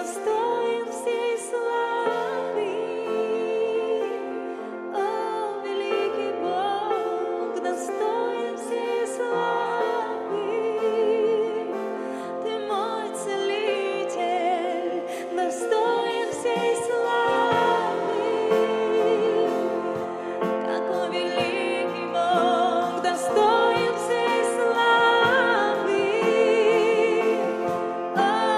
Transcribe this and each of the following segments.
достоин всей славы. О, великий Бог, достоин всей славы. Ты мой целитель, достоин всей славы. Какой великий Бог, достоин всей славы. О,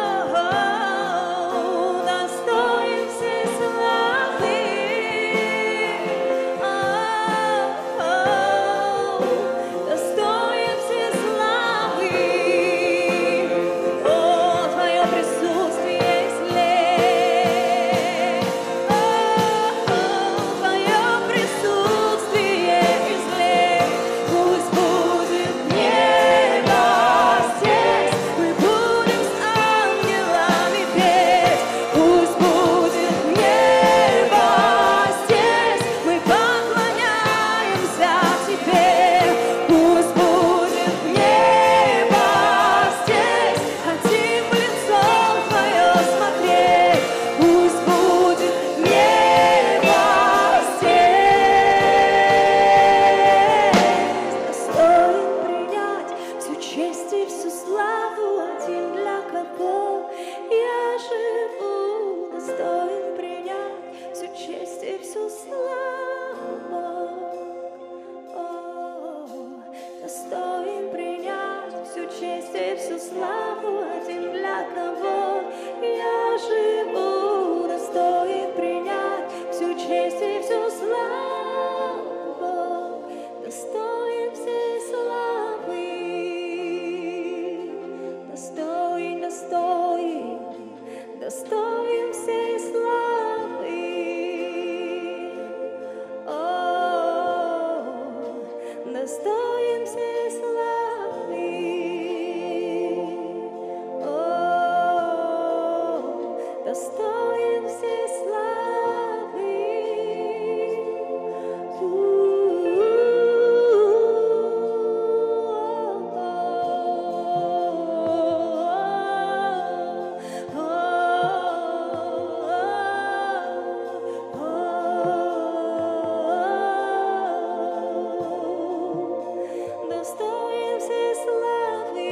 достоин всей славы. Достоин всей славы. О, Твое присутствие излей. Твое присутствие излей. Пусть будет небо здесь, мы будем с ангелами петь. Пусть будет небо здесь, мы поклоняемся Тебе. Пусть будет небо здесь, хотим в лицо Твое смотреть. Пусть будет небо здесь. Достоин принять всю честь и всю славу один, для кого я живу. Достоин принять всю честь и всю славу. О, достоин принять всю честь и всю славу один, для кого я живу. Достоин принять всю честь и всю славу. Достоин всей славы. Достоин, достоин, достоин всей славы. О, достоин всей славы. О, достоин всей славы. Достоин всей славы.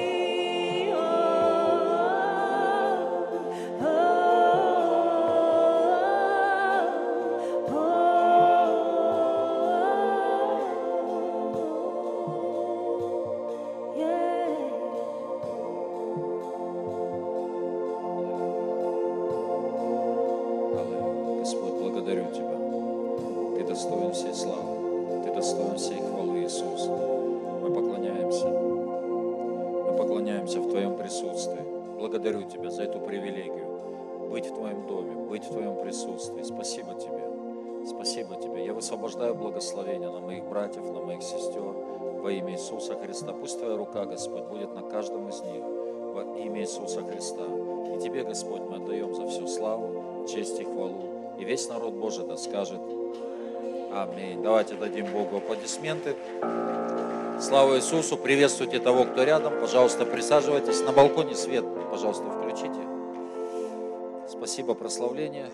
Аллилуйя. Господь, благодарю Тебя. Ты достоин всей славы. Ты достоин всей хвалы, Иисус. Мы поклоняемся в Твоем присутствии. Благодарю Тебя за эту привилегию быть в Твоем доме, быть в Твоем присутствии. Спасибо Тебе. Спасибо Тебе. Я высвобождаю благословение на моих братьев, на моих сестер во имя Иисуса Христа. Пусть Твоя рука, Господь, будет на каждом из них во имя Иисуса Христа. И Тебе, Господь, мы отдаем за всю славу, честь и хвалу. И весь народ Божий да скажет аминь. Давайте дадим Богу аплодисменты. Слава Иисусу. Приветствуйте того, кто рядом. Пожалуйста, присаживайтесь. На балконе свет, пожалуйста, включите. Спасибо, прославление.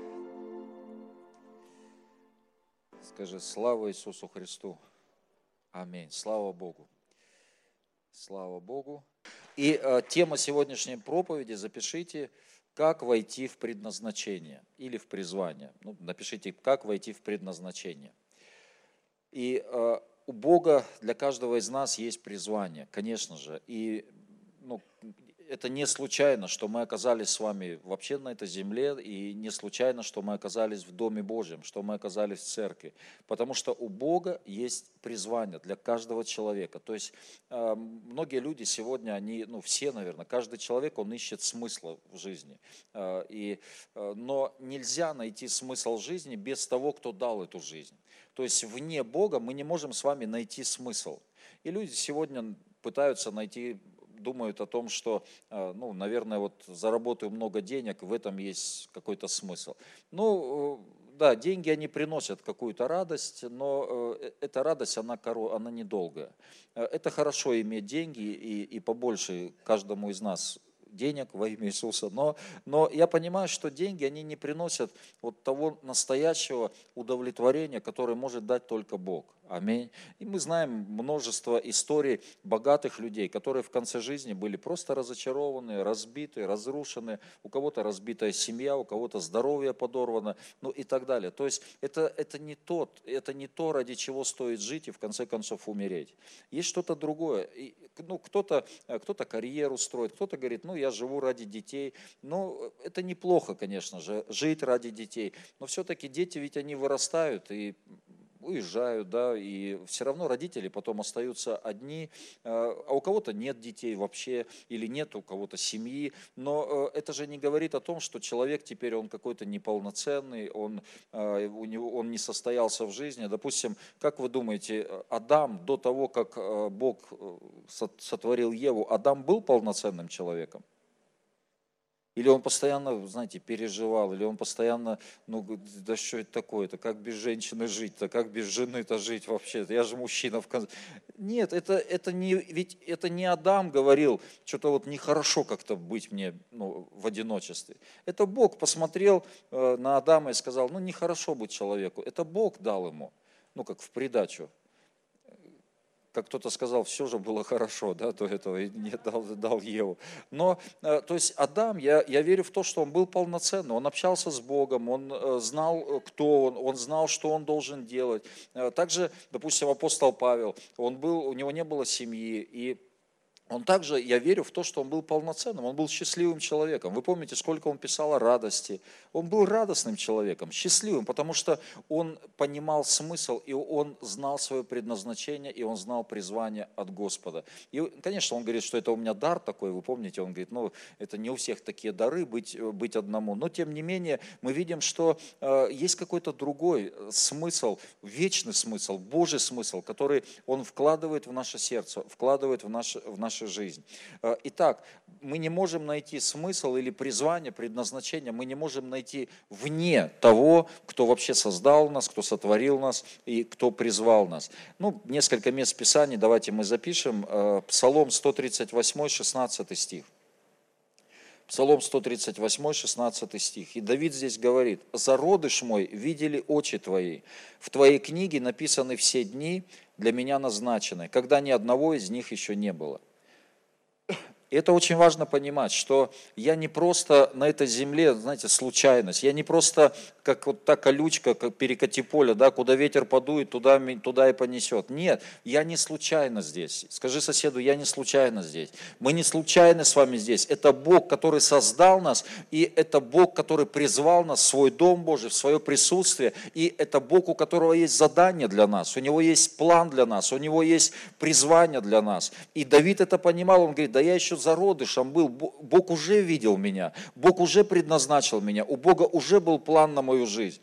Скажи, слава Иисусу Христу. Аминь. Слава Богу. Слава Богу. И тема сегодняшней проповеди, запишите, как войти в предназначение или в призвание. Ну, напишите, как войти в предназначение. И у Бога для каждого из нас есть призвание, конечно же. И это не случайно, что мы оказались с вами вообще на этой земле, и не случайно, что мы оказались в Доме Божьем, что мы оказались в церкви. Потому что у Бога есть призвание для каждого человека. То есть многие люди сегодня, они, все, наверное, каждый человек, он ищет смысла в жизни. Но нельзя найти смысл жизни без того, кто дал эту жизнь. То есть вне Бога мы не можем с вами найти смысл. И люди сегодня пытаются найти, думают о том, что, наверное, вот заработаю много денег, в этом есть какой-то смысл. Да, деньги, они приносят какую-то радость, но эта радость, она недолгая. Это хорошо иметь деньги и побольше каждому из нас денег во имя Иисуса, но я понимаю, что деньги, они не приносят вот того настоящего удовлетворения, которое может дать только Бог. Аминь. И мы знаем множество историй богатых людей, которые в конце жизни были просто разочарованы, разбиты, разрушены, у кого-то разбитая семья, у кого-то здоровье подорвано, ну и так далее. То есть это не то, ради чего стоит жить и в конце концов умереть. Есть что-то другое. Ну, кто-то карьеру строит, кто-то говорит, ну я живу ради детей. Ну, это неплохо, конечно же, жить ради детей, но все-таки дети ведь они вырастают и уезжают, да, и все равно родители потом остаются одни, а у кого-то нет детей вообще, или нет у кого-то семьи, но это же не говорит о том, что человек теперь он какой-то неполноценный, он не состоялся в жизни. Допустим, как вы думаете, Адам до того, как Бог сотворил Еву, Адам был полноценным человеком? Или он постоянно, знаете, переживал, или он постоянно, ну, да что это такое-то, как без женщины жить-то, как без жены-то жить вообще, я же мужчина в конце. Нет, ведь это не Адам говорил, что-то вот нехорошо как-то быть мне в одиночестве. Это Бог посмотрел на Адама и сказал, ну, нехорошо быть человеку. Это Бог дал ему, как в придачу. Как кто-то сказал, все же было хорошо, да, до этого, и не дал Еву. Но, то есть Адам, я верю в то, что он был полноценный, он общался с Богом, он знал, кто он знал, что он должен делать. Также, допустим, апостол Павел, у него не было семьи, и он также, я верю в то, что он был полноценным, он был счастливым человеком. Вы помните, сколько он писал о радости. Он был радостным человеком, счастливым, потому что он понимал смысл, и он знал свое предназначение, и он знал призвание от Господа. И, конечно, он говорит, что это у меня дар такой, вы помните, он говорит, это не у всех такие дары быть одному. Но, тем не менее, мы видим, что есть какой-то другой смысл, вечный смысл, Божий смысл, который он вкладывает в наше сердце, вкладывает в нашу жизнь. Итак, мы не можем найти смысл или призвание, предназначение, мы не можем найти вне того, кто вообще создал нас, кто сотворил нас и кто призвал нас. Несколько мест Писаний давайте мы запишем. Псалом 138, 16 стих. Псалом 138, 16 стих. И Давид здесь говорит: «Зародыш мой видели очи твои, в твоей книге написаны все дни, для меня назначены, когда ни одного из них еще не было». И это очень важно понимать, что я не просто на этой земле, знаете, случайность. Я не просто как вот та колючка, как перекати поле, да, куда ветер подует, туда и понесет. Нет, я не случайно здесь. Скажи соседу, я не случайно здесь. Мы не случайно с вами здесь. Это Бог, который создал нас, и это Бог, который призвал нас в свой Дом Божий, в свое присутствие. И это Бог, у которого есть задание для нас, у Него есть план для нас, у Него есть призвание для нас. И Давид это понимал, он говорит, да я еще зародышем был, Бог уже видел меня, Бог уже предназначил меня, у Бога уже был план на мою жизнь.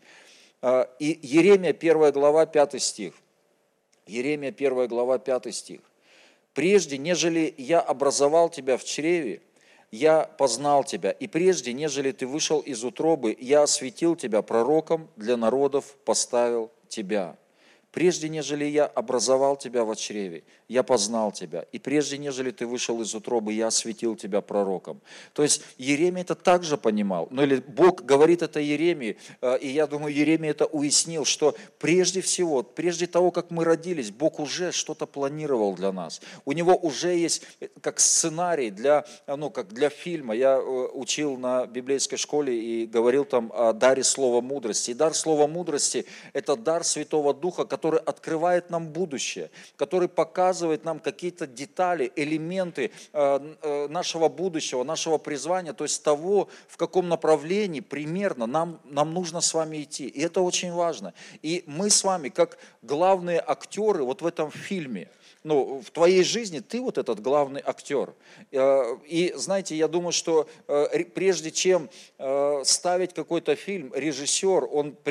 И Иеремия 1 глава 5 стих. Иеремия 1 глава 5 стих. «Прежде, нежели я образовал тебя в чреве, я познал тебя, и прежде, нежели ты вышел из утробы, я осветил тебя пророком, для народов поставил тебя». Прежде, нежели я образовал тебя во чреве, я познал тебя. И прежде, нежели ты вышел из утробы, я осветил тебя пророком. То есть Иеремия это также понимал. Или Бог говорит это Иеремии, и я думаю, Иеремия это уяснил, что прежде всего, прежде того, как мы родились, Бог уже что-то планировал для нас. У Него уже есть как сценарий как для фильма. Я учил на библейской школе и говорил там о даре слова мудрости. И дар слова мудрости – это дар Святого Духа, который открывает нам будущее, который показывает нам какие-то детали, элементы нашего будущего, нашего призвания, то есть того, в каком направлении примерно нам нужно с вами идти. И это очень важно. И мы с вами, как главные актеры вот в этом фильме, в твоей жизни ты вот этот главный актер. И знаете, я думаю, что прежде чем ставить какой-то фильм, режиссер,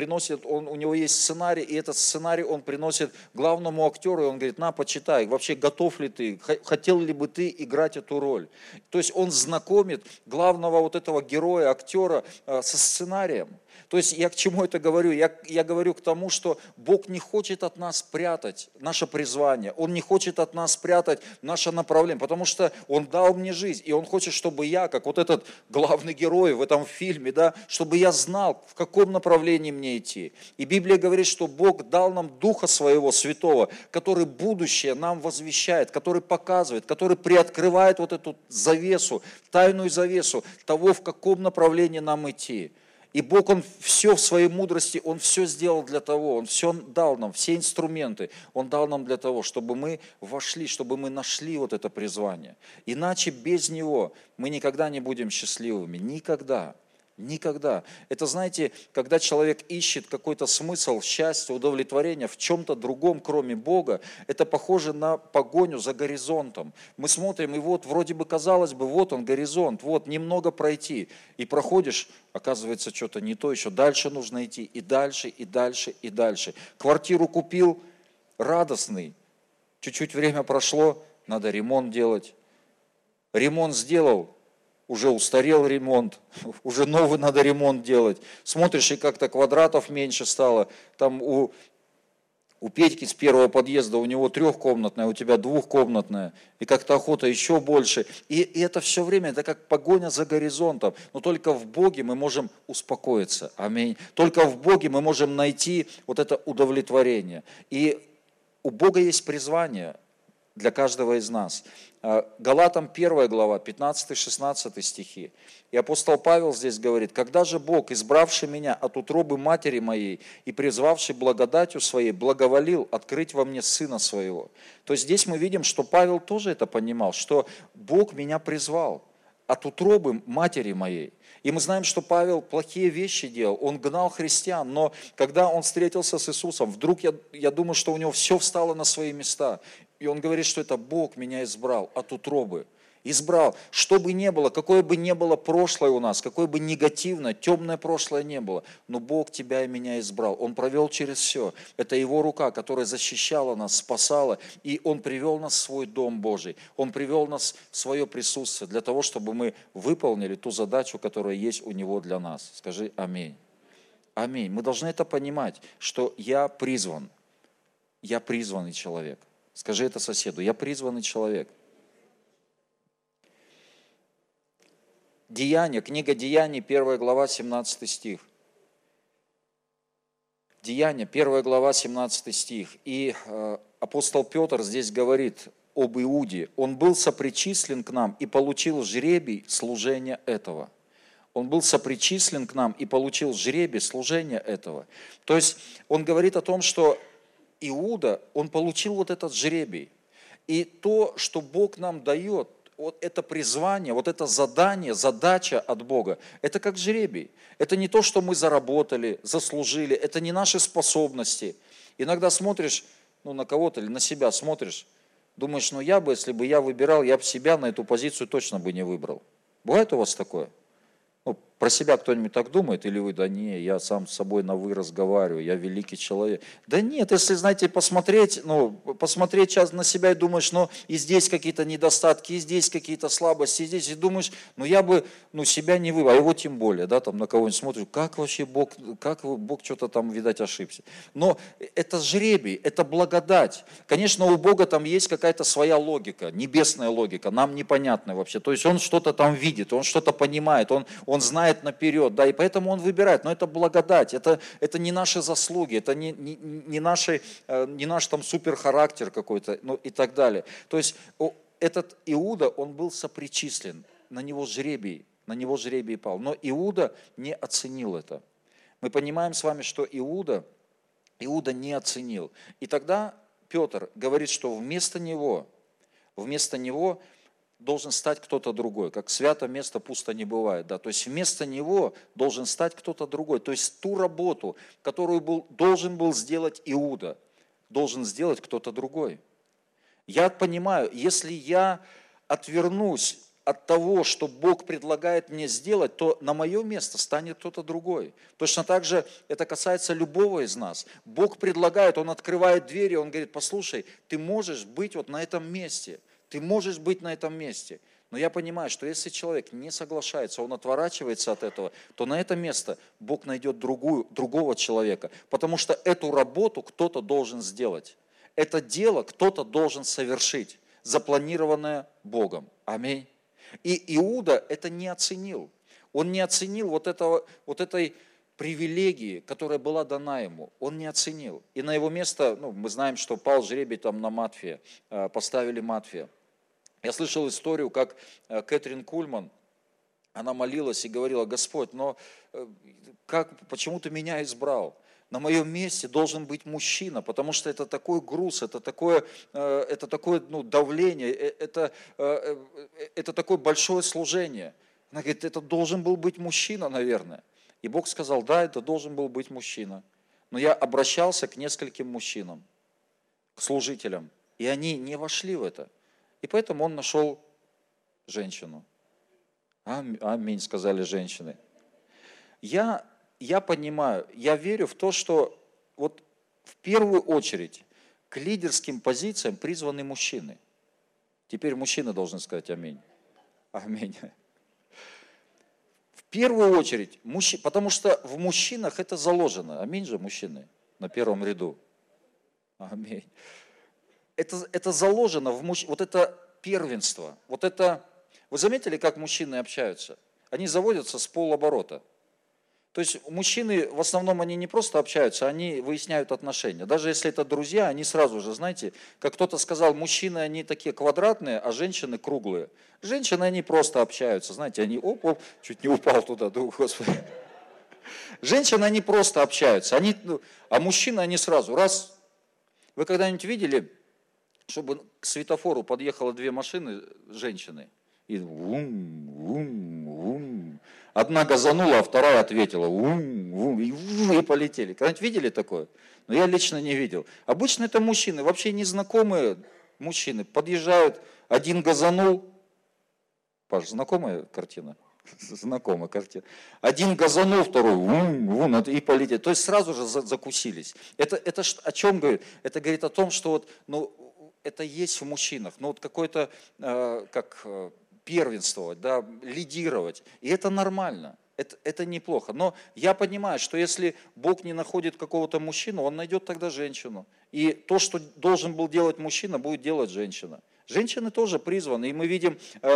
у него есть сценарий, и этот сценарий он приносит главному актеру, и он говорит, на, почитай, вообще готов ли ты, хотел ли бы ты играть эту роль. То есть он знакомит главного вот этого героя, актера со сценарием. То есть я к чему это говорю? Я говорю к тому, что Бог не хочет от нас прятать наше призвание. Он не хочет от нас прятать наше направление, потому что Он дал мне жизнь. И Он хочет, чтобы я, как вот этот главный герой в этом фильме, да, чтобы я знал, в каком направлении мне идти. И Библия говорит, что Бог дал нам Духа Своего Святого, который будущее нам возвещает, который показывает, который приоткрывает вот эту завесу, тайную завесу того, в каком направлении нам идти. И Бог, Он все в своей мудрости, Он все сделал для того, Он все дал нам, все инструменты, Он дал нам для того, чтобы мы вошли, чтобы мы нашли вот это призвание. Иначе без Него мы никогда не будем счастливыми, никогда. Никогда. Это, знаете, когда человек ищет какой-то смысл, счастье, удовлетворение в чем-то другом, кроме Бога, это похоже на погоню за горизонтом. Мы смотрим, и вот вроде бы казалось бы, вот он горизонт, вот немного пройти. И проходишь, оказывается, что-то не то, еще дальше нужно идти, и дальше, и дальше, и дальше. Квартиру купил, радостный. Чуть-чуть время прошло, надо ремонт делать. Ремонт сделал, уже устарел ремонт, уже новый надо ремонт делать. Смотришь, и как-то квадратов меньше стало. Там у Петьки с первого подъезда, у него 3-комнатная, у тебя 2-комнатная. И как-то охота еще больше. И это все время, это как погоня за горизонтом. Но только в Боге мы можем успокоиться. Аминь. Только в Боге мы можем найти вот это удовлетворение. И у Бога есть призвание для каждого из нас. Галатам 1 глава, 15-16 стихи. И апостол Павел здесь говорит: «Когда же Бог, избравший меня от утробы матери моей и призвавший благодатью своей, благоволил открыть во мне Сына Своего». То есть здесь мы видим, что Павел тоже это понимал, что Бог меня призвал от утробы матери моей. И мы знаем, что Павел плохие вещи делал, он гнал христиан, но когда он встретился с Иисусом, вдруг я думаю, что у него все встало на свои места. И он говорит, что это Бог меня избрал от утробы. Избрал, что бы ни было, какое бы ни было прошлое у нас, какое бы негативное, темное прошлое не было, но Бог тебя и меня избрал. Он провел через все. Это Его рука, которая защищала нас, спасала, и Он привел нас в свой Дом Божий. Он привел нас в свое присутствие для того, чтобы мы выполнили ту задачу, которая есть у Него для нас. Скажи аминь. Аминь. Мы должны это понимать, что я призван. Я призванный человек. Скажи это соседу. Я призванный человек. Деяния, книга Деяний, 1 глава, 17 стих. Деяния, 1 глава, 17 стих. И апостол Петр здесь говорит об Иуде. Он был сопричислен к нам и получил жребий служения этого. Он был сопричислен к нам и получил жребий служения этого. То есть он говорит о том, что Иуда, он получил вот этот жребий. И то, что Бог нам дает, вот это призвание, вот это задание, задача от Бога, это как жребий. Это не то, что мы заработали, заслужили, это не наши способности. Иногда смотришь на кого-то или на себя смотришь, думаешь, я бы, если бы я выбирал, я бы себя на эту позицию точно бы не выбрал. Бывает у вас такое? Про себя кто-нибудь так думает? Или вы, да не, я сам с собой на «вы» разговариваю, я великий человек. Да нет, если, знаете, посмотреть сейчас на себя и думаешь, и здесь какие-то недостатки, и здесь какие-то слабости, и здесь, и думаешь, я бы, себя не выбрал, а его тем более, да, там на кого-нибудь смотришь, как вообще Бог что-то там, видать, ошибся. Но это жребий, это благодать. Конечно, у Бога там есть какая-то своя логика, небесная логика, нам непонятная вообще. То есть Он что-то там видит, Он что-то понимает, Он знает наперед, да, и поэтому Он выбирает, но это благодать, это не наши заслуги, это не наш там суперхарактер какой-то, и так далее. То есть этот Иуда, он был сопричислен, на него жребий пал, но Иуда не оценил это. Мы понимаем с вами, что Иуда не оценил. И тогда Петр говорит, что вместо него должен стать кто-то другой. Как свято место пусто не бывает. Да? То есть вместо него должен стать кто-то другой. То есть ту работу, которую должен был сделать Иуда, должен сделать кто-то другой. Я понимаю, если я отвернусь от того, что Бог предлагает мне сделать, то на мое место станет кто-то другой. Точно так же это касается любого из нас. Бог предлагает, Он открывает двери, Он говорит, послушай, ты можешь быть вот на этом месте. Ты можешь быть на этом месте, Но я понимаю, что если человек не соглашается, он отворачивается от этого, то на это место Бог найдет другого человека, потому что эту работу кто-то должен сделать. Это дело кто-то должен совершить, запланированное Богом. Аминь. И Иуда это не оценил. Он не оценил вот этой привилегии, которая была дана ему. Он не оценил. И на его место, мы знаем, что пал жребий там на Матфея, поставили Матфея. Я слышал историю, как Кэтрин Кульман, она молилась и говорила: Господь, но почему ты меня избрал? На моем месте должен быть мужчина, потому что это такой груз, это такое давление, это такое большое служение. Она говорит, это должен был быть мужчина, наверное. И Бог сказал, да, это должен был быть мужчина. Но я обращался к нескольким мужчинам, к служителям, и они не вошли в это. И поэтому он нашел женщину. Аминь, сказали женщины. Я понимаю, я верю в то, что вот в первую очередь к лидерским позициям призваны мужчины. Теперь мужчины должны сказать аминь. Аминь. В первую очередь, потому что в мужчинах это заложено. Аминь же, мужчины, на первом ряду. Аминь. Это заложено в мужчинах, вот это первенство, вот это... Вы заметили, как мужчины общаются? Они заводятся с полоборота. То есть мужчины, в основном, они не просто общаются, они выясняют отношения. Даже если это друзья, они сразу же, знаете, как кто-то сказал, мужчины, они такие квадратные, а женщины круглые. Женщины, они просто общаются, знаете, они, чуть не упал туда, думаю, Господи. Женщины, они просто общаются, а мужчины, они сразу, раз. Вы когда-нибудь видели, чтобы к светофору подъехало две машины, женщины, и вум. Одна газанула, а вторая ответила, и полетели. Когда-нибудь видели такое? Но я лично не видел. Обычно это мужчины, вообще незнакомые мужчины, подъезжают, один газанул. Паш, знакомая картина? Знакомая картина. Один газанул, второй, и полетели. То есть сразу же закусились. Это о чем говорит? Это говорит о том, что это есть в мужчинах. Какое-то, первенствовать, да, лидировать. И это нормально, это неплохо. Но я понимаю, что если Бог не находит какого-то мужчину, Он найдет тогда женщину. И то, что должен был делать мужчина, будет делать женщина. Женщины тоже призваны, и мы видим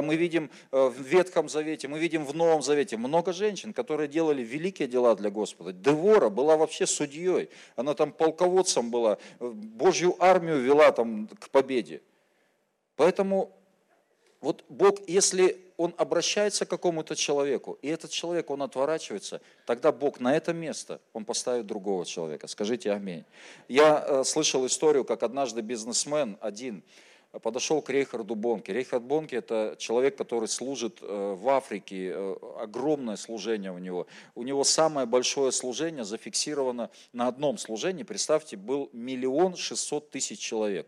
в Ветхом Завете, мы видим в Новом Завете много женщин, которые делали великие дела для Господа. Девора была вообще судьей, она там полководцем была, Божью армию вела там к победе. Поэтому вот Бог, если Он обращается к какому-то человеку, и этот человек, он отворачивается, тогда Бог на это место, Он поставит другого человека. Скажите аминь. Я слышал историю, как однажды бизнесмен один подошел к Рейхарду Бонке. Рейхард Бонке – это человек, который служит в Африке, огромное служение у него. У него самое большое служение зафиксировано на одном служении, представьте, был 1 600 000 человек.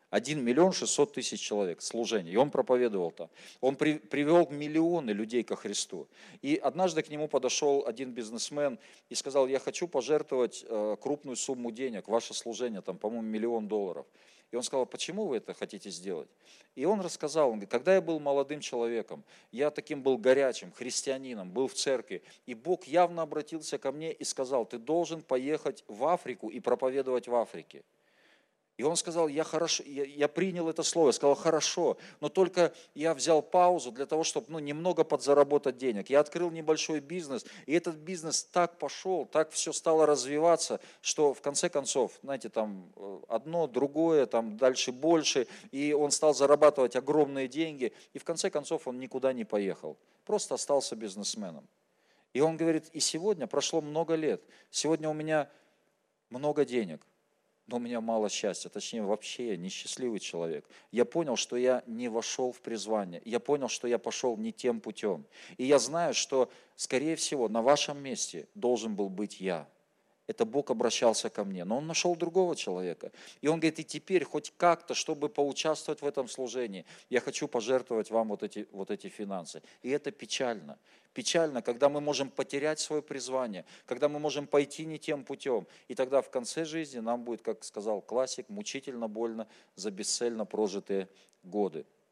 1 600 000 человек служение. И он проповедовал там. Он привел миллионы людей ко Христу. И однажды к нему подошел один бизнесмен и сказал, я хочу пожертвовать крупную сумму денег, ваше служение, там, по-моему, $1 000 000. И он сказал, почему вы это хотите сделать? И он рассказал, он говорит, когда я был молодым человеком, я таким был горячим, христианином, был в церкви, и Бог явно обратился ко мне и сказал, ты должен поехать в Африку и проповедовать в Африке. И он сказал, я принял это слово, я сказал, хорошо, но только я взял паузу для того, чтобы немного подзаработать денег. Я открыл небольшой бизнес, и этот бизнес так пошел, так все стало развиваться, что в конце концов, знаете, там одно, другое, там дальше больше, и он стал зарабатывать огромные деньги, и в конце концов он никуда не поехал, просто остался бизнесменом. И он говорит, и сегодня прошло много лет, сегодня у меня много денег, но у меня мало счастья, точнее вообще я несчастливый человек. Я понял, что я не вошел в призвание, я понял, что я пошел не тем путем. И я знаю, что, скорее всего, на вашем месте должен был быть я. Это Бог обращался ко мне, но Он нашел другого человека. И Он говорит, и теперь хоть как-то, чтобы поучаствовать в этом служении, я хочу пожертвовать вам вот эти финансы. И это печально. Печально, когда мы можем потерять свое призвание, когда мы можем пойти не тем путем. И тогда в конце жизни нам будет, как сказал классик, мучительно больно за бесцельно прожитые годы.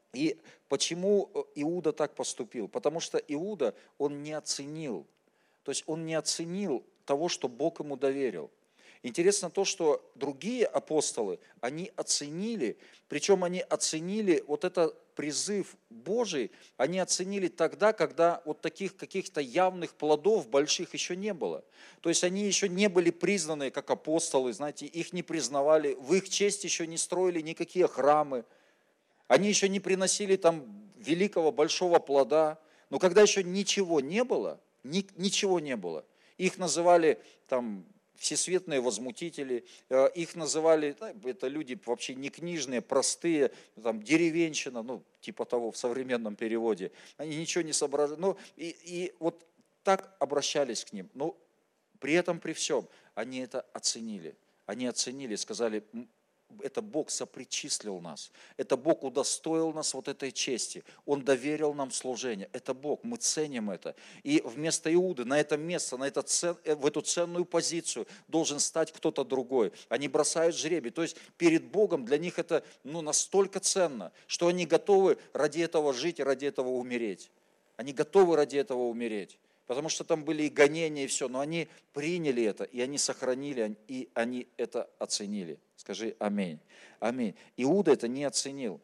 И почему Иуда так поступил? Потому что Иуда, он не оценил, то есть он не оценил того, что Бог ему доверил. Интересно то, что другие апостолы, они оценили, причем они оценили вот этот призыв Божий, они оценили тогда, когда вот таких каких-то явных плодов больших еще не было. То есть они еще не были признаны как апостолы, знаете, их не признавали, в их честь еще не строили никакие храмы, они еще не приносили там великого большого плода, но когда еще ничего не было, ничего не было, их называли там всесветные возмутители, их называли, это люди вообще не книжные, простые, там, деревенщина, ну, типа того в современном переводе, они ничего не соображали, ну, и вот так обращались к ним, но при этом, при всем, они это оценили, сказали, это Бог сопричислил нас, это Бог удостоил нас вот этой чести, Он доверил нам служение, это Бог, мы ценим это. И вместо Иуды на это место, в эту ценную позицию должен стать кто-то другой. Они бросают жребий, то есть перед Богом для них это настолько ценно, что они готовы ради этого жить и ради этого умереть. Они готовы ради этого умереть. Потому что там были и гонения, и все, но они приняли это, и они сохранили, и они это оценили. Скажи аминь. Аминь. Иуда это не оценил.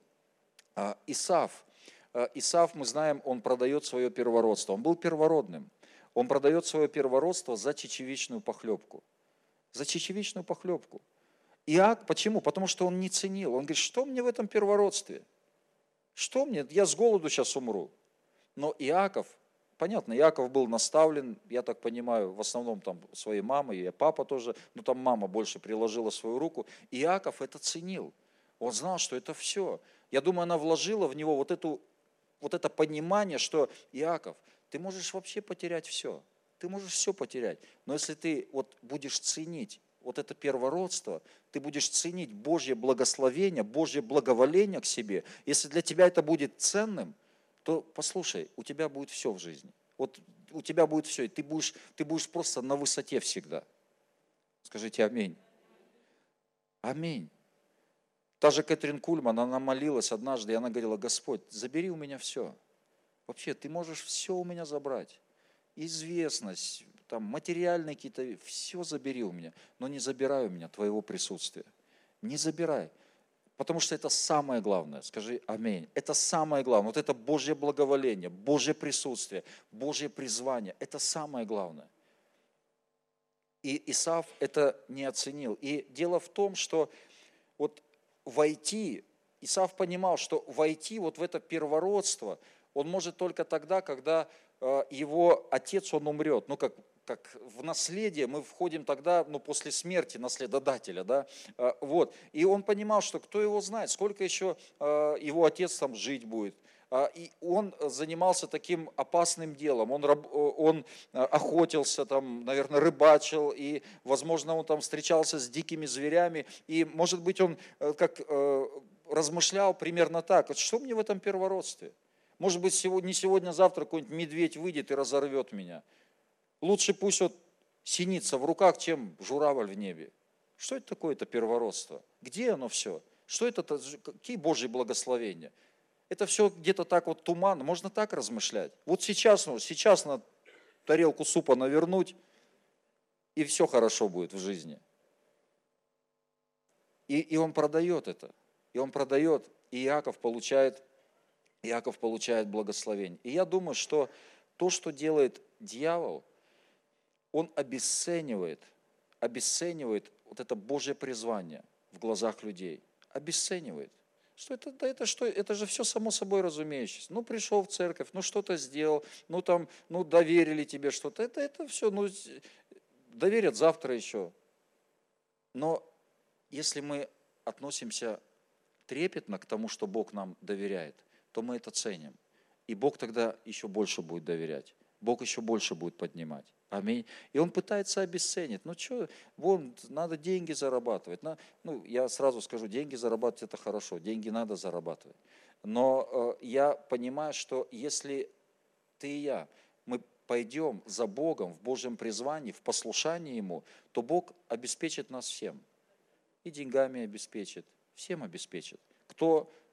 Исав, мы знаем, он продает свое первородство. Он был первородным. Он продает свое первородство за чечевичную похлебку. За чечевичную похлебку. Почему? Потому что он не ценил. Он говорит, что мне в этом первородстве? Что мне? Я с голоду сейчас умру. Но Иаков, понятно, Иаков был наставлен, я так понимаю, в основном там своей мамой, и папа тоже, но там мама больше приложила свою руку. Иаков это ценил. Он знал, что это все. Я думаю, она вложила в него вот это понимание, что Иаков, ты можешь вообще потерять все. Ты можешь все потерять. Но если ты вот будешь ценить вот это первородство, ты будешь ценить Божье благословение, Божье благоволение к себе, если для тебя это будет ценным, то послушай, у тебя будет все в жизни. Вот у тебя будет все, и ты будешь просто на высоте всегда. Скажите аминь. Аминь. Та же Кэтрин Кульман, она молилась однажды, и она говорила, Господь, забери у меня все. Вообще, ты можешь все у меня забрать. Известность, там, материальные какие-то, все забери у меня, но не забирай у меня твоего присутствия. Не забирай. Потому что это самое главное. Скажи аминь. Это самое главное. Вот это Божье благоволение, Божье присутствие, Божье призвание. Это самое главное. И Исав это не оценил. И дело в том, что вот Исав понимал, что войти вот в это первородство он может только тогда, когда его отец, он умрет. Ну, как в наследие мы входим тогда, после смерти наследодателя, да, вот. И он понимал, что кто его знает, сколько еще его отец там жить будет. И он занимался таким опасным делом, он охотился, там, наверное, рыбачил, и, возможно, он там встречался с дикими зверями, и, может быть, он размышлял примерно так, что мне в этом первородстве? Может быть, не сегодня, а завтра какой-нибудь медведь выйдет и разорвет меня. Лучше пусть вот синица в руках, чем журавль в небе. Что это такое, это первородство? Где оно все? Что это, какие Божьи благословения? Это все где-то так вот туманно, можно так размышлять. Вот сейчас на тарелку супа навернуть, и все хорошо будет в жизни. И он продает это. И он продает, и Иаков получает благословение. И я думаю, что то, что делает дьявол, он обесценивает вот это Божье призвание в глазах людей. Обесценивает. Что это, да это что? Это же все само собой разумеющееся. Пришел в церковь, что-то сделал, доверили тебе что-то. Это все, доверят завтра еще. Но если мы относимся трепетно к тому, что Бог нам доверяет, то мы это ценим. И Бог тогда еще больше будет доверять. Бог еще больше будет поднимать. Аминь. И он пытается обесценить. Надо деньги зарабатывать. Я сразу скажу, деньги зарабатывать это хорошо, деньги надо зарабатывать. Но я понимаю, что если ты и я, мы пойдем за Богом в Божьем призвании, в послушании Ему, то Бог обеспечит нас всем. И деньгами обеспечит, всем обеспечит. Кто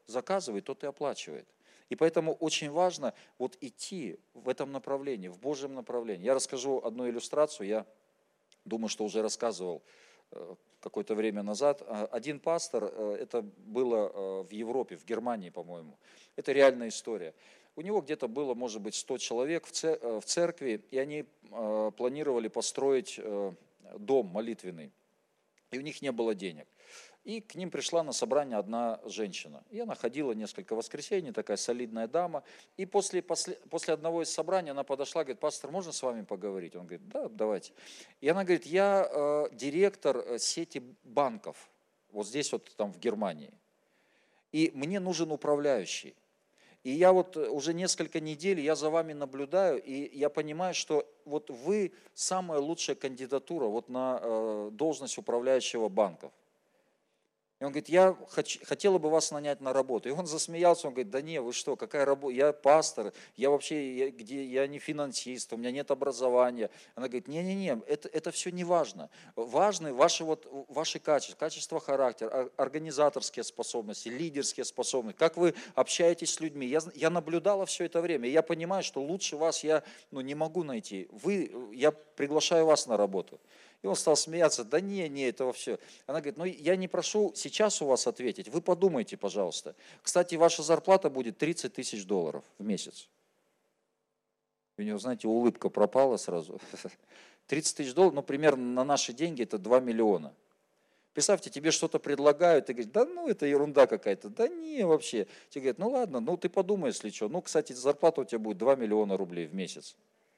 заказывает, тот и оплачивает. И поэтому очень важно вот идти в этом направлении, в Божьем направлении. Я расскажу одну иллюстрацию, я думаю, что уже рассказывал какое-то время назад. Один пастор, это было в Европе, в Германии, по-моему. Это реальная история. У него где-то было, может быть, 100 человек в церкви, и они планировали построить дом молитвенный. И у них не было денег. И к ним пришла на собрание одна женщина. И она ходила несколько воскресений, такая солидная дама. И после одного из собраний она подошла, говорит: пастор, можно с вами поговорить? Он говорит: да, давайте. И она говорит: я директор сети банков, вот здесь вот там в Германии. И мне нужен управляющий. И я вот уже несколько недель, я за вами наблюдаю, и я понимаю, что вот вы самая лучшая кандидатура вот на должность управляющего банков. И он говорит: я хотела бы вас нанять на работу. И он засмеялся, он говорит: да не, вы что, какая работа, я пастор, я вообще, я не финансист, у меня нет образования. Она говорит: не-не-не, это все не важно. Важны ваши качества, качество характера, организаторские способности, лидерские способности, как вы общаетесь с людьми. Я наблюдала все это время, и я понимаю, что лучше вас я не могу найти. Я приглашаю вас на работу. И он стал смеяться: да не, это вообще. Она говорит: я не прошу сейчас у вас ответить, вы подумайте, пожалуйста. Кстати, ваша зарплата будет 30 тысяч долларов в месяц. У него, знаете, улыбка пропала сразу. 30 тысяч долларов, примерно на наши деньги это 2 миллиона. Представьте, тебе что-то предлагают, ты говоришь: да это ерунда какая-то. Да не, вообще. Тебе говорят: ладно, ты подумай, если что. Кстати, зарплата у тебя будет 2 миллиона рублей в месяц.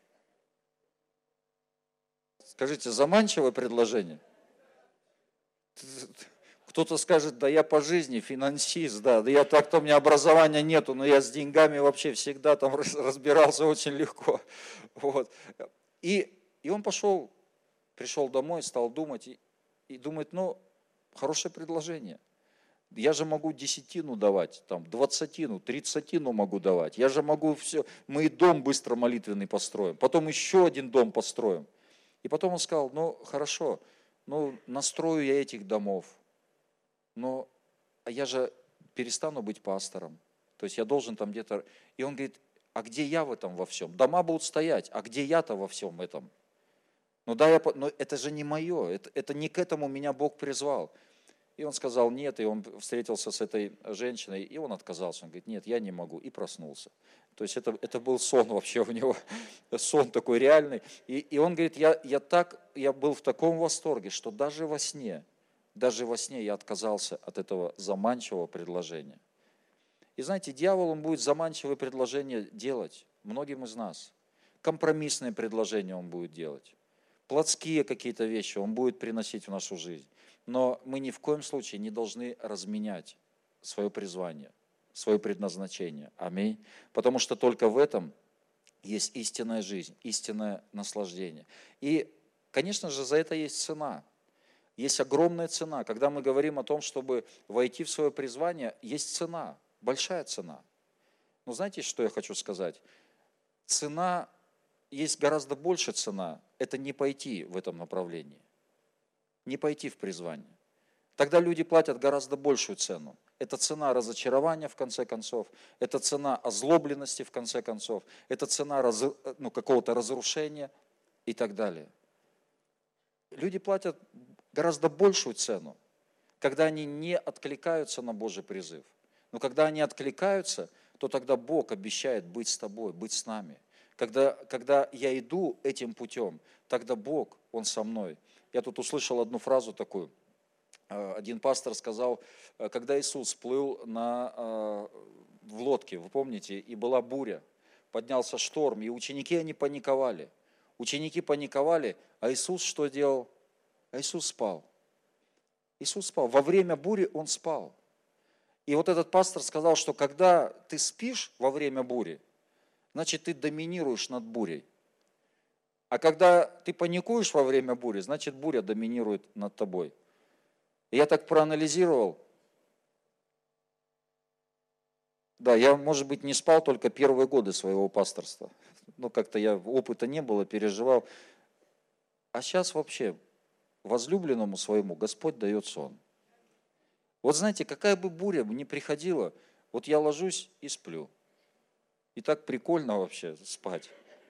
Скажите, заманчивое предложение? Кто-то скажет: да я по жизни финансист, да я так-то, у меня образования нету, но я с деньгами вообще всегда там разбирался очень легко. Вот. И он пришел домой, стал думать, и думает: хорошее предложение. Я же могу десятину давать, там, 20-ину, 30-ину могу давать. Я же могу все, мы и дом быстро молитвенный построим, потом еще один дом построим. И потом он сказал: хорошо, настрою я этих домов, но я же перестану быть пастором. То есть я должен там где-то... И он говорит: а где я в этом во всем? Дома будут стоять, а где я-то во всем этом? Но это же не мое, это не к этому меня Бог призвал. И он сказал нет, и он встретился с этой женщиной, и он отказался. Он говорит: нет, я не могу, и проснулся. То есть это был сон вообще у него, сон такой реальный. И он говорит: я был в таком восторге, что даже во сне я отказался от этого заманчивого предложения. И знаете, дьявол, он будет заманчивые предложения делать многим из нас. Компромиссные предложения он будет делать. Плотские какие-то вещи он будет приносить в нашу жизнь. Но мы ни в коем случае не должны разменять свое призвание, свое предназначение. Аминь. Потому что только в этом есть истинная жизнь, истинное наслаждение. И, конечно же, за это есть цена. Есть огромная цена. Когда мы говорим о том, чтобы войти в свое призвание, есть цена, большая цена. Но знаете, что я хочу сказать? Цена, есть гораздо больше цена, это не пойти в этом направлении. Не пойти в призвание. Тогда люди платят гораздо большую цену. Это цена разочарования, в конце концов. Это цена озлобленности, в конце концов. Это цена какого-то разрушения и так далее. Люди платят гораздо большую цену, когда они не откликаются на Божий призыв. Но когда они откликаются, то тогда Бог обещает быть с тобой, быть с нами. Когда я иду этим путем, тогда Бог, Он со мной. Я тут услышал одну фразу такую. Один пастор сказал, когда Иисус плыл в лодке, вы помните, и была буря, поднялся шторм, и ученики, они паниковали. Ученики паниковали, а Иисус что делал? А Иисус спал. Иисус спал. Во время бури Он спал. И вот этот пастор сказал, что когда ты спишь во время бури, значит, ты доминируешь над бурей. А когда ты паникуешь во время бури, значит, буря доминирует над тобой. И я так проанализировал. Да, я, может быть, не спал только первые годы своего пасторства. Как-то опыта не было, переживал. А сейчас вообще возлюбленному своему Господь дает сон. Вот знаете, какая бы буря ни приходила, Вот я ложусь и сплю. И так прикольно вообще спать.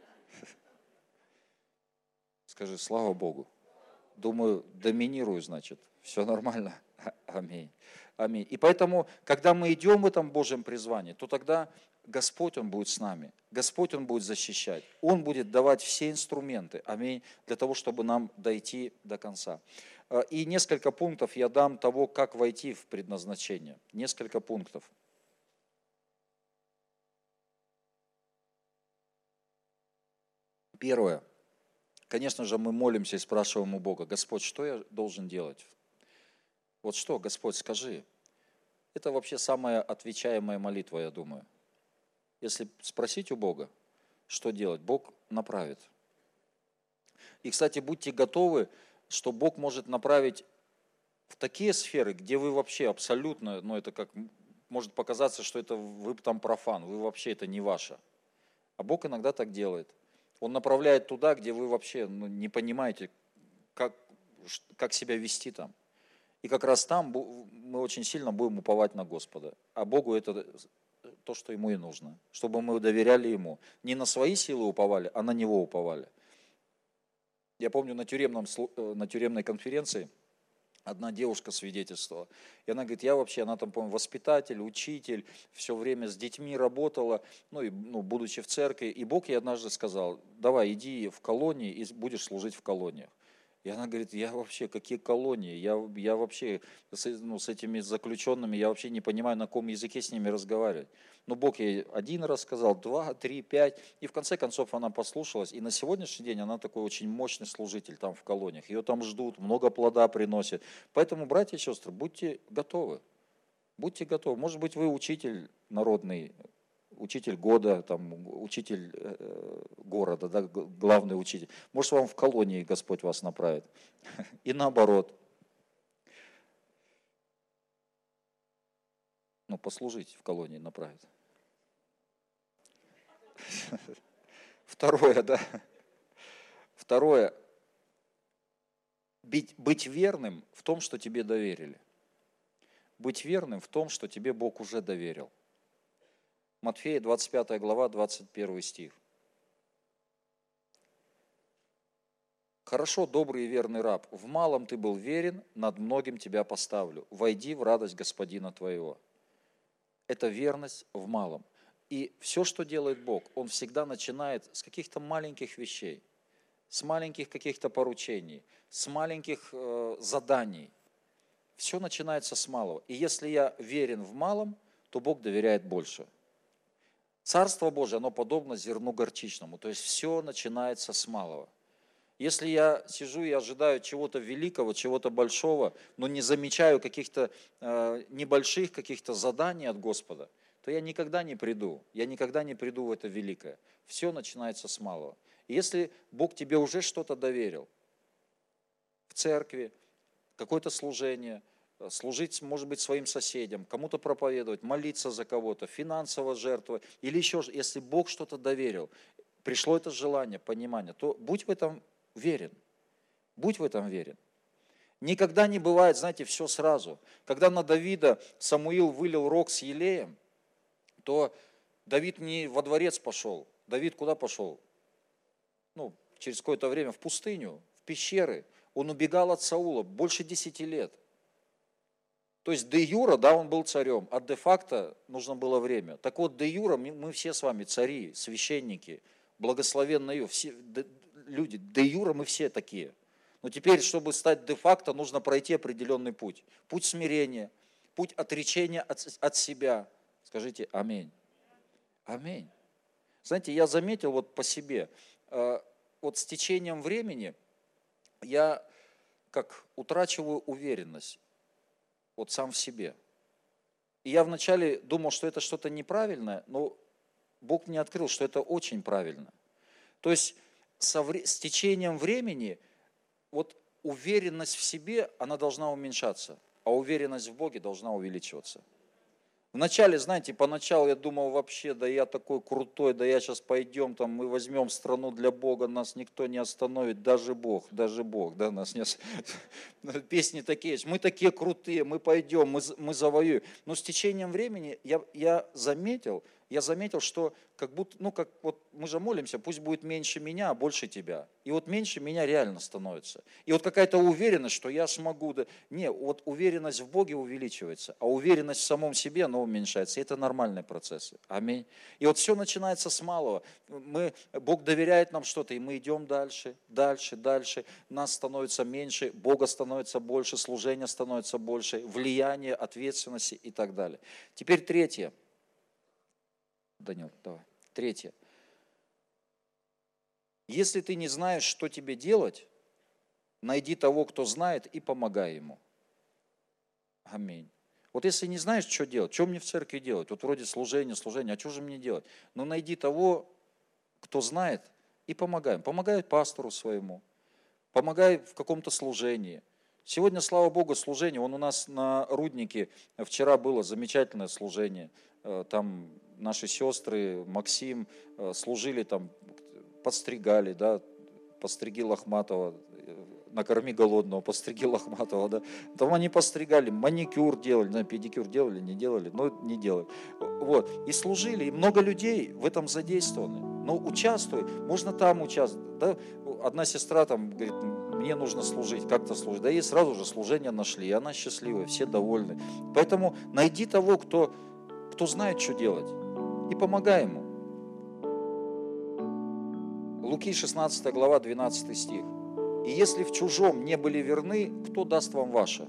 Скажи, слава Богу. Думаю, доминирую, значит. Все нормально. Аминь. Аминь. И поэтому, когда мы идем в этом Божьем призвании, то тогда Господь, Он будет с нами. Господь, Он будет защищать. Он будет давать все инструменты, аминь, для того, чтобы нам дойти до конца. И несколько пунктов я дам того, как войти в предназначение. Несколько пунктов. Первое. Конечно же, мы молимся и спрашиваем у Бога: Господь, что я должен делать? Вот что, Господь, скажи. Это вообще самая отвечаемая молитва, я думаю. Если спросить у Бога, что делать, Бог направит. И, кстати, будьте готовы, что Бог может направить в такие сферы, где вы вообще абсолютно, это как может показаться, что это вы там профан, вы вообще это не ваше. А Бог иногда так делает. Он направляет туда, где вы вообще не понимаете, как себя вести там. И как раз там мы очень сильно будем уповать на Господа. А Богу это то, что Ему и нужно. Чтобы мы доверяли Ему. Не на свои силы уповали, а на Него уповали. Я помню, на тюремной конференции одна девушка свидетельствовала. И она говорит, она там, по-моему, воспитатель, учитель, все время с детьми работала, будучи в церкви. И Бог ей однажды сказал: давай, иди в колонии и будешь служить в колониях. И она говорит, какие колонии? Я вообще с этими заключенными, я вообще не понимаю, на каком языке с ними разговаривать. Но Бог ей один раз сказал, 2, 3, 5. И в конце концов она послушалась. И на сегодняшний день она такой очень мощный служитель там в колониях. Ее там ждут, много плода приносят. Поэтому, братья и сестры, будьте готовы. Будьте готовы. Может быть, вы учитель народный, учитель года, учитель города, да, главный учитель. Может, вам в колонии Господь вас направит. И наоборот. Послужить в колонии направит. Второе. Быть верным в том, что тебе доверили. Быть верным в том, что тебе Бог уже доверил. Матфея, 25 глава, 21 стих. «Хорошо, добрый и верный раб, в малом ты был верен, над многим тебя поставлю. Войди в радость Господина твоего». Это верность в малом. И все, что делает Бог, Он всегда начинает с каких-то маленьких вещей, с маленьких каких-то поручений, с маленьких заданий. Все начинается с малого. И если я верен в малом, то Бог доверяет больше. Царство Божие, оно подобно зерну горчичному, то есть все начинается с малого. Если я сижу и ожидаю чего-то великого, чего-то большого, но не замечаю каких-то небольших каких-то заданий от Господа, то я никогда не приду в это великое. Все начинается с малого. И если Бог тебе уже что-то доверил, в церкви, какое-то служение, служить, может быть, своим соседям, кому-то проповедовать, молиться за кого-то, финансово жертвовать, или еще, если Бог что-то доверил, пришло это желание, понимание, то будь в этом верен. Будь в этом верен. Никогда не бывает, знаете, все сразу. Когда на Давида Самуил вылил рог с елеем, то Давид не во дворец пошел. Давид куда пошел? Через какое-то время в пустыню, в пещеры. Он убегал от Саула больше 10 лет. То есть де юра, да, он был царем, а де-факто нужно было время. Так вот, де юра, мы все с вами цари, священники, благословенные все люди. Де юра мы все такие. Но теперь, чтобы стать де-факто, нужно пройти определенный путь. Путь смирения, путь отречения от себя. Скажите аминь. Аминь. Знаете, я заметил по себе, с течением времени я как утрачиваю уверенность сам в себе. И я вначале думал, что это что-то неправильное, но Бог мне открыл, что это очень правильно. То есть с течением времени уверенность в себе, она должна уменьшаться, а уверенность в Боге должна увеличиваться. Вначале, знаете, поначалу я думал вообще, да я такой крутой, да я сейчас пойдем, там, мы возьмем страну для Бога, нас никто не остановит, даже Бог, да, нас не Песни такие есть, мы такие крутые, мы пойдем, мы завоюем. Но с течением времени я заметил, что как будто, как вот мы же молимся, пусть будет меньше меня, а больше тебя. И вот меньше меня реально становится. И вот какая-то уверенность, что я смогу. Не, вот уверенность в Боге увеличивается, а уверенность в самом себе, она уменьшается. И это нормальные процессы. Аминь. И вот все начинается с малого. Бог доверяет нам что-то, и мы идем дальше, дальше, дальше. Нас становится меньше, Бога становится больше, служения становится больше, влияние, ответственности и так далее. Теперь третье. Данил, давай. Третье. Если ты не знаешь, что тебе делать, найди того, кто знает, и помогай ему. Аминь. Вот если не знаешь, что делать, что мне в церкви делать? Вот вроде служение, а что же мне делать? Ну найди того, кто знает, и помогай. Помогай пастору своему, помогай в каком-то служении. Сегодня, слава Богу, служение. У нас на Руднике вчера было замечательное служение. Там наши сестры, Максим, служили там, подстригали, да, постриги Лохматова, накорми голодного, постриги Лохматова, да. Там они постригали, маникюр делали, педикюр делали, не делали, но не делали. Вот. И служили, и много людей в этом задействованы. Но участвуй, можно там участвовать. Да? Одна сестра там говорит, мне нужно служить, как-то служить. Да ей сразу же служение нашли, и она счастливая, все довольны. Поэтому найди того, кто знает, что делать, и помогай ему. Луки 16 глава, 12 стих. И если в чужом не были верны, кто даст вам ваше?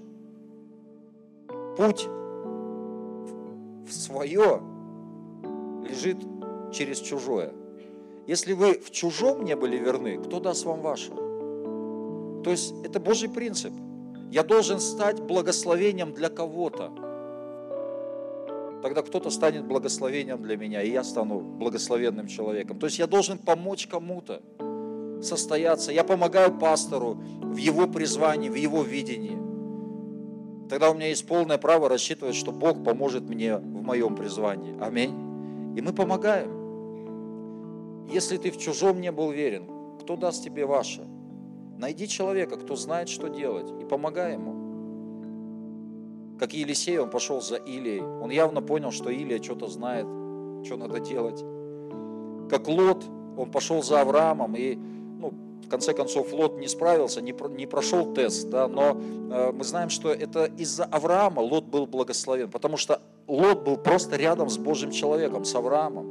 Путь в свое лежит через чужое. Если вы в чужом не были верны, кто даст вам ваше? То есть это Божий принцип. Я должен стать благословением для кого-то. Тогда кто-то станет благословением для меня, и я стану благословенным человеком. То есть я должен помочь кому-то состояться. Я помогаю пастору в его призвании, в его видении. Тогда у меня есть полное право рассчитывать, что Бог поможет мне в моем призвании. Аминь. И мы помогаем. Если ты в чужом не был верен, кто даст тебе ваше? Найди человека, кто знает, что делать, и помогай ему. Как Елисей, он пошел за Илией. Он явно понял, что Илия что-то знает, что надо делать. Как Лот, он пошел за Авраамом, и в конце концов Лот не справился, не прошел тест, да, но мы знаем, что это из-за Авраама Лот был благословен, потому что Лот был просто рядом с Божьим человеком, с Авраамом.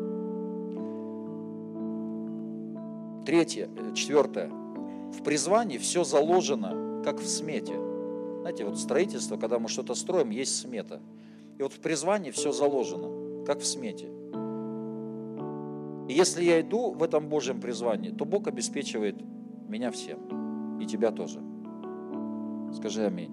Четвертое. В призвании все заложено, как в смете. Знаете, вот строительство, когда мы что-то строим, есть смета. И вот в призвании все заложено, как в смете. И если я иду в этом Божьем призвании, то Бог обеспечивает меня всем. И тебя тоже. Скажи аминь.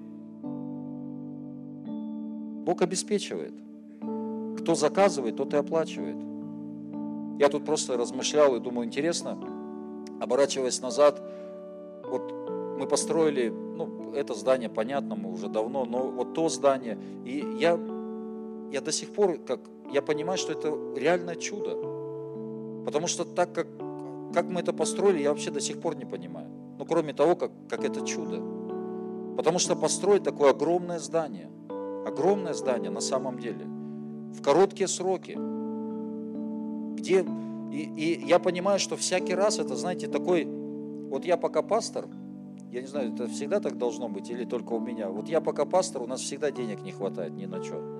Бог обеспечивает. Кто заказывает, тот и оплачивает. Я тут просто размышлял и думаю, интересно, оборачиваясь назад, вот мы построили, это здание, понятно, мы уже давно, но вот то здание, и я до сих пор, я понимаю, что это реальное чудо. Потому что так, как мы это построили, я вообще до сих пор не понимаю. Кроме того, как это чудо. Потому что построить такое огромное здание на самом деле, в короткие сроки, где, и я понимаю, что всякий раз это, знаете, такой, вот я пока пастор, я не знаю, это всегда так должно быть или только у меня. Вот я пока пастор, у нас всегда денег не хватает ни на что.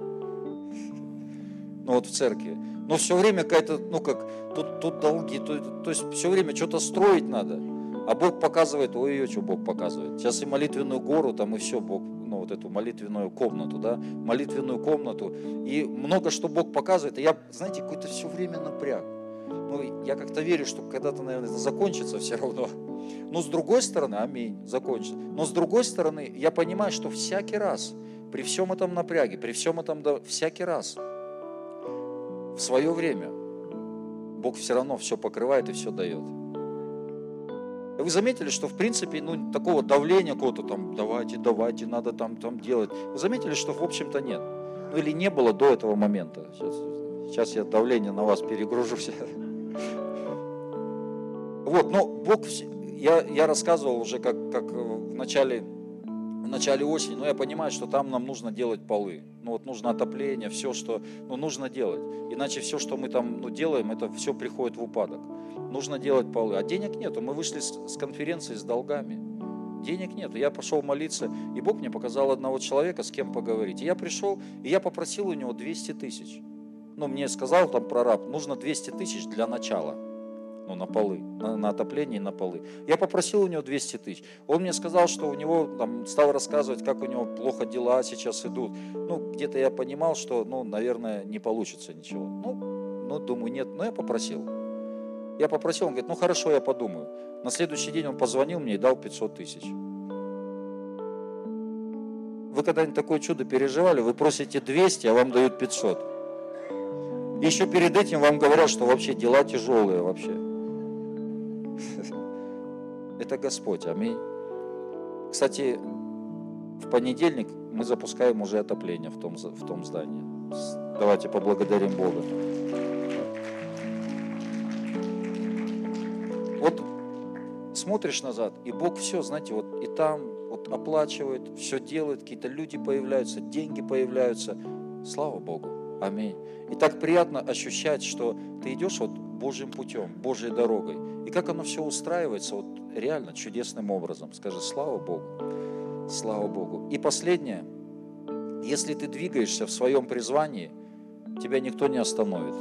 В церкви. Но все время какая-то, тут долги, то есть все время что-то строить надо. А Бог показывает, что Бог показывает. Сейчас и молитвенную гору, там и все, Бог, эту молитвенную комнату, да, молитвенную комнату. И много что Бог показывает. И я, знаете, какой-то все время напряг. Я как-то верю, что когда-то, наверное, это закончится все равно. Но с другой стороны, аминь, закончится. Но с другой стороны, я понимаю, что всякий раз, при всем этом напряге, при всем этом, всякий раз, в свое время, Бог все равно все покрывает и все дает. Вы заметили, что в принципе, такого давления какого-то там, давайте, надо там делать. Вы заметили, что в общем-то нет. Ну или не было до этого момента. Сейчас я давление на вас перегружу все. Вот, но Бог, я рассказывал уже, как в начале осени, но я понимаю, что там нам нужно делать полы. Ну вот нужно отопление, все, что нужно делать. Иначе все, что мы там делаем, это все приходит в упадок. Нужно делать полы. А денег нету. Мы вышли с конференции с долгами. Денег нету. Я пошел молиться, и Бог мне показал одного человека, с кем поговорить. И я пришел, и я попросил у него 200 тысяч. Ну, мне сказал там прораб, нужно 200 тысяч для начала. Ну, на полы, на отопление и на полы. Я попросил у него 200 тысяч. Он мне сказал, что у него, там, стал рассказывать, как у него плохо дела сейчас идут. Ну, где-то я понимал, что, наверное, не получится ничего. Думаю, нет, но я попросил. Он говорит, хорошо, я подумаю. На следующий день он позвонил мне и дал 500 тысяч. Вы когда-нибудь такое чудо переживали? Вы просите 200, а вам дают 500. И еще перед этим вам говорят, что вообще дела тяжелые вообще. Это Господь, аминь. Кстати, в понедельник мы запускаем уже отопление в том здании. Давайте поблагодарим Бога. Вот смотришь назад, и Бог все, знаете, вот и там вот оплачивает, все делает, какие-то люди появляются, деньги появляются. Слава Богу, аминь. И так приятно ощущать, что ты идешь вот Божьим путем, Божьей дорогой. И как оно все устраивается вот реально чудесным образом. Скажи, слава Богу, слава Богу. И последнее, если ты двигаешься в своем призвании, тебя никто не остановит.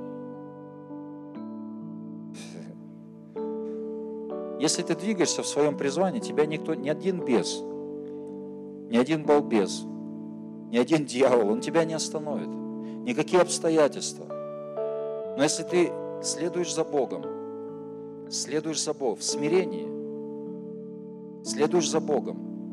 Если ты двигаешься в своем призвании, тебя никто, ни один бес, ни один балбес, ни один дьявол, он тебя не остановит. Никакие обстоятельства. Но если ты следуешь за Богом в смирении, следуешь за Богом,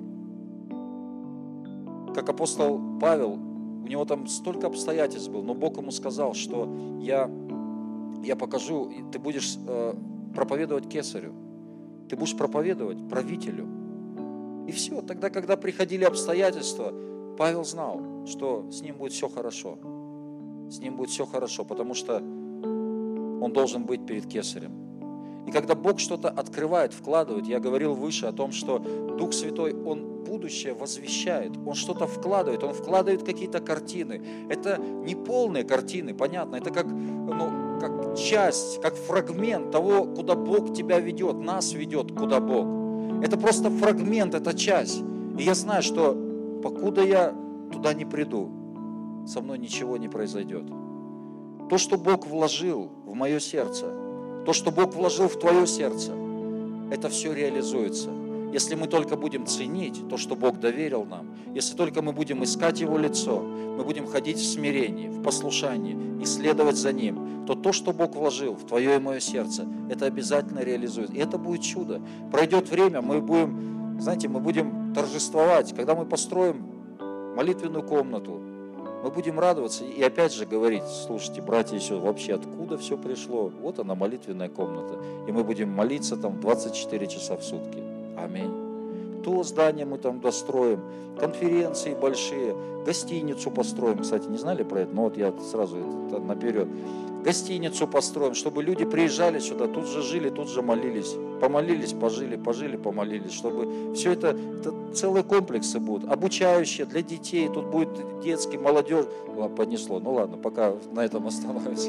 как апостол Павел, у него там столько обстоятельств было, но Бог ему сказал, что я покажу, ты будешь проповедовать кесарю, ты будешь проповедовать правителю. И все, тогда, когда приходили обстоятельства, Павел знал, что с ним будет все хорошо. С ним будет все хорошо, потому что он должен быть перед кесарем. И когда Бог что-то открывает, вкладывает, я говорил выше о том, что Дух Святой, Он будущее возвещает, Он что-то вкладывает, Он вкладывает какие-то картины. Это не полные картины, понятно, это как часть, как фрагмент того, куда Бог тебя ведет, нас ведет, куда Бог. Это просто фрагмент, это часть. И я знаю, что покуда я туда не приду, со мной ничего не произойдет. То, что Бог вложил в мое сердце, то, что Бог вложил в твое сердце, это все реализуется. Если мы только будем ценить то, что Бог доверил нам, если только мы будем искать Его лицо, мы будем ходить в смирении, в послушании, исследовать за Ним, то, что Бог вложил в твое и мое сердце, это обязательно реализуется. И это будет чудо. Пройдет время, мы будем торжествовать. Когда мы построим молитвенную комнату, мы будем радоваться и опять же говорить, слушайте, братья, еще вообще откуда все пришло? Вот она, молитвенная комната. И мы будем молиться там 24 часа в сутки. Аминь. То здание мы там достроим, конференции большие, гостиницу построим. Кстати, не знали про это? Но вот я сразу наперед. Гостиницу построим, чтобы люди приезжали сюда, тут же жили, тут же молились. Помолились, пожили, помолились. Чтобы все это целые комплексы будут. Обучающие для детей, тут будет детский, молодежь. Понесло. Ну ладно, пока на этом остановимся.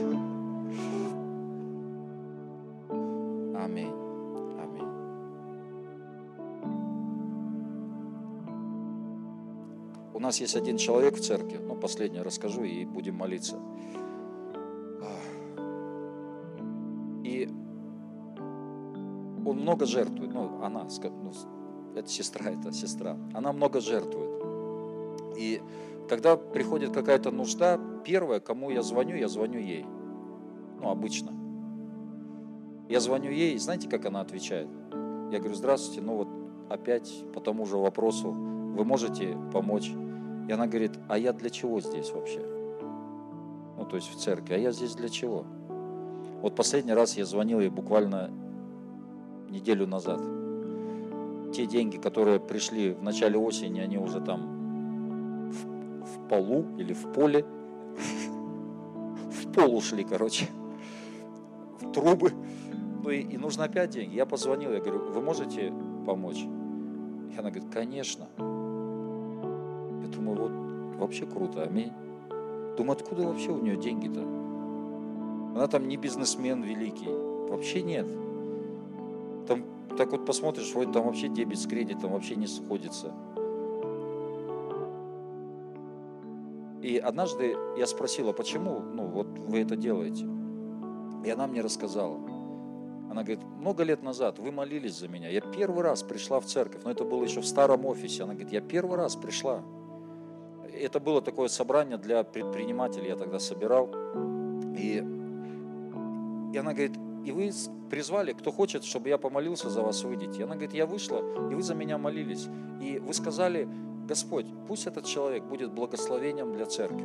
Аминь. Аминь. У нас есть один человек в церкви, последнее расскажу и будем молиться. И он много жертвует, это сестра, она много жертвует. И когда приходит какая-то нужда, первое, кому я звоню ей. Обычно. Я звоню ей, знаете, как она отвечает? Я говорю, здравствуйте, опять по тому же вопросу, вы можете помочь? И она говорит, а я для чего здесь вообще? То есть в церкви, а я здесь для чего? Вот последний раз я звонил ей буквально неделю назад. Те деньги, которые пришли в начале осени, они уже там в полу или в поле. В пол ушли, короче, в трубы. Ну и нужно опять деньги. Я позвонил, я говорю, вы можете помочь? И она говорит, конечно. Я думаю, вот вообще круто, аминь. Думаю, откуда вообще у нее деньги-то? Она там не бизнесмен великий, вообще нет. Там так вот посмотришь, вроде там вообще дебет с кредитом вообще не сходится. И однажды я спросила, почему вот вы это делаете? И она мне рассказала. Она говорит, много лет назад вы молились за меня. Я первый раз пришла в церковь, но это было еще в старом офисе. Она говорит, я первый раз пришла. Это было такое собрание для предпринимателей, я тогда собирал. И она говорит, и вы призвали, кто хочет, чтобы я помолился за вас, выйдите. И она говорит, я вышла, и вы за меня молились. И вы сказали, Господь, пусть этот человек будет благословением для церкви.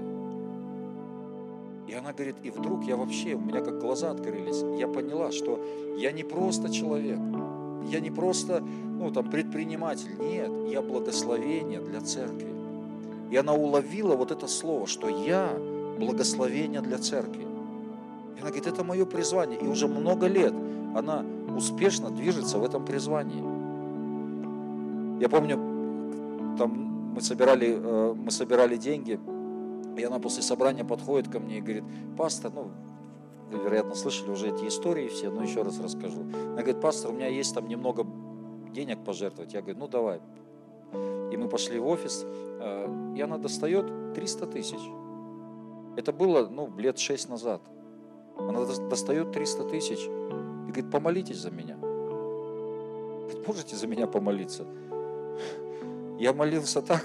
И она говорит, и вдруг у меня как глаза открылись, я поняла, что я не просто человек, я не просто, предприниматель, нет, я благословение для церкви. И она уловила вот это слово, что я благословение для церкви. И она говорит, это мое призвание, и уже много лет она успешно движется в этом призвании. Я помню, там мы собирали деньги, и она после собрания подходит ко мне и говорит, пастор, вы, вероятно, слышали уже эти истории все, но еще раз расскажу. Она говорит, пастор, у меня есть там немного денег пожертвовать. Я говорю, давай. И мы пошли в офис, и она достает 300 тысяч. Это было, лет 6 назад. Она достает 300 тысяч и говорит, помолитесь за меня. Говорит, можете за меня помолиться? Я молился так.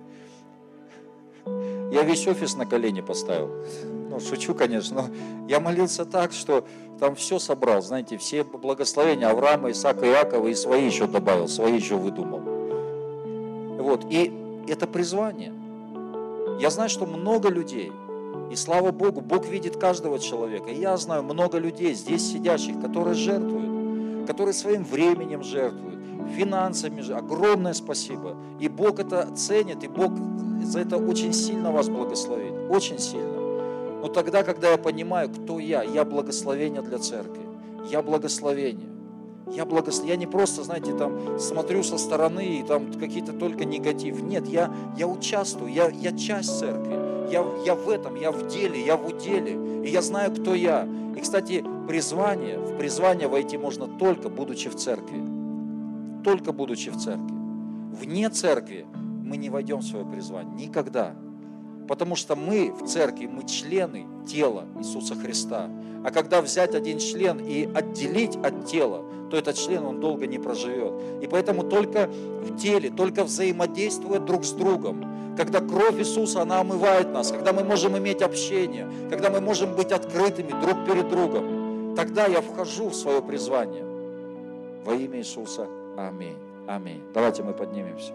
Я весь офис на колени поставил. Шучу, конечно, но я молился так, что там все собрал, знаете, все благословения Авраама, Исаака, Иакова и свои еще добавил, свои еще выдумал. Вот, и это призвание. Я знаю, что много людей, и слава Богу, Бог видит каждого человека. И я знаю много людей здесь сидящих, которые жертвуют, которые своим временем жертвуют, финансами, огромное спасибо. И Бог это ценит, и Бог за это очень сильно вас благословит, очень сильно. Но тогда, когда я понимаю, кто я благословение для церкви, я благословение. Я не просто, знаете, там смотрю со стороны и там какие-то только негатив. Нет, я участвую, я часть церкви. Я в этом, я в деле, я в уделе. И я знаю, кто я. И, кстати, в призвание войти можно только будучи в церкви. Только будучи в церкви. Вне церкви мы не войдем в свое призвание. Никогда. Потому что мы в церкви, мы члены тела Иисуса Христа. А когда взять один член и отделить от тела, то этот член, он долго не проживет. И поэтому только в теле, только взаимодействуя друг с другом, когда кровь Иисуса, она омывает нас, когда мы можем иметь общение, когда мы можем быть открытыми друг перед другом, тогда я вхожу в свое призвание. Во имя Иисуса. Аминь. Аминь. Давайте мы поднимемся.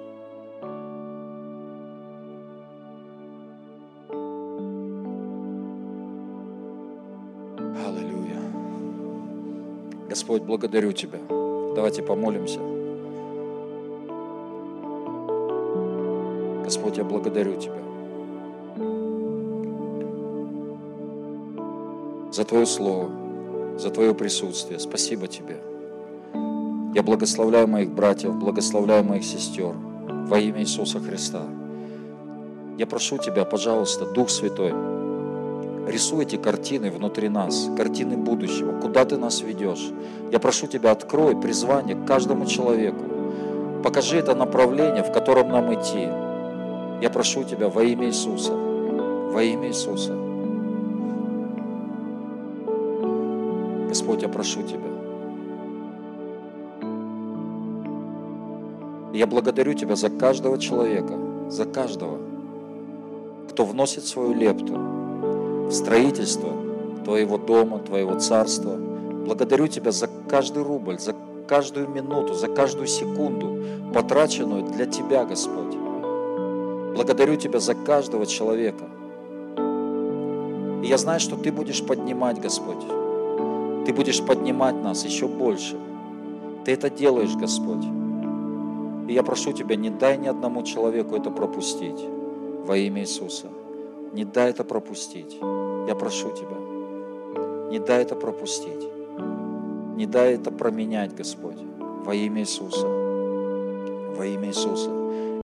Аллилуйя. Господь, благодарю Тебя. Давайте помолимся. Господь, я благодарю Тебя за Твое Слово, за Твое присутствие. Спасибо Тебе. Я благословляю моих братьев, благословляю моих сестер во имя Иисуса Христа. Я прошу Тебя, пожалуйста, Дух Святой, рисуй эти картины внутри нас, картины будущего, куда Ты нас ведешь. Я прошу Тебя, открой призвание к каждому человеку. Покажи это направление, в котором нам идти. Я прошу Тебя во имя Иисуса, во имя Иисуса. Господь, я прошу Тебя. Я благодарю Тебя за каждого человека, за каждого, кто вносит свою лепту в строительство Твоего дома, Твоего царства. Благодарю Тебя за каждый рубль, за каждую минуту, за каждую секунду, потраченную для Тебя, Господь. Благодарю Тебя за каждого человека. И я знаю, что Ты будешь поднимать, Господь. Ты будешь поднимать нас еще больше. Ты это делаешь, Господь. И я прошу Тебя, не дай ни одному человеку это пропустить. во имя Иисуса. Не дай это пропустить. Я прошу Тебя, не дай это пропустить. Не дай это променять, Господь, во имя Иисуса. Во имя Иисуса.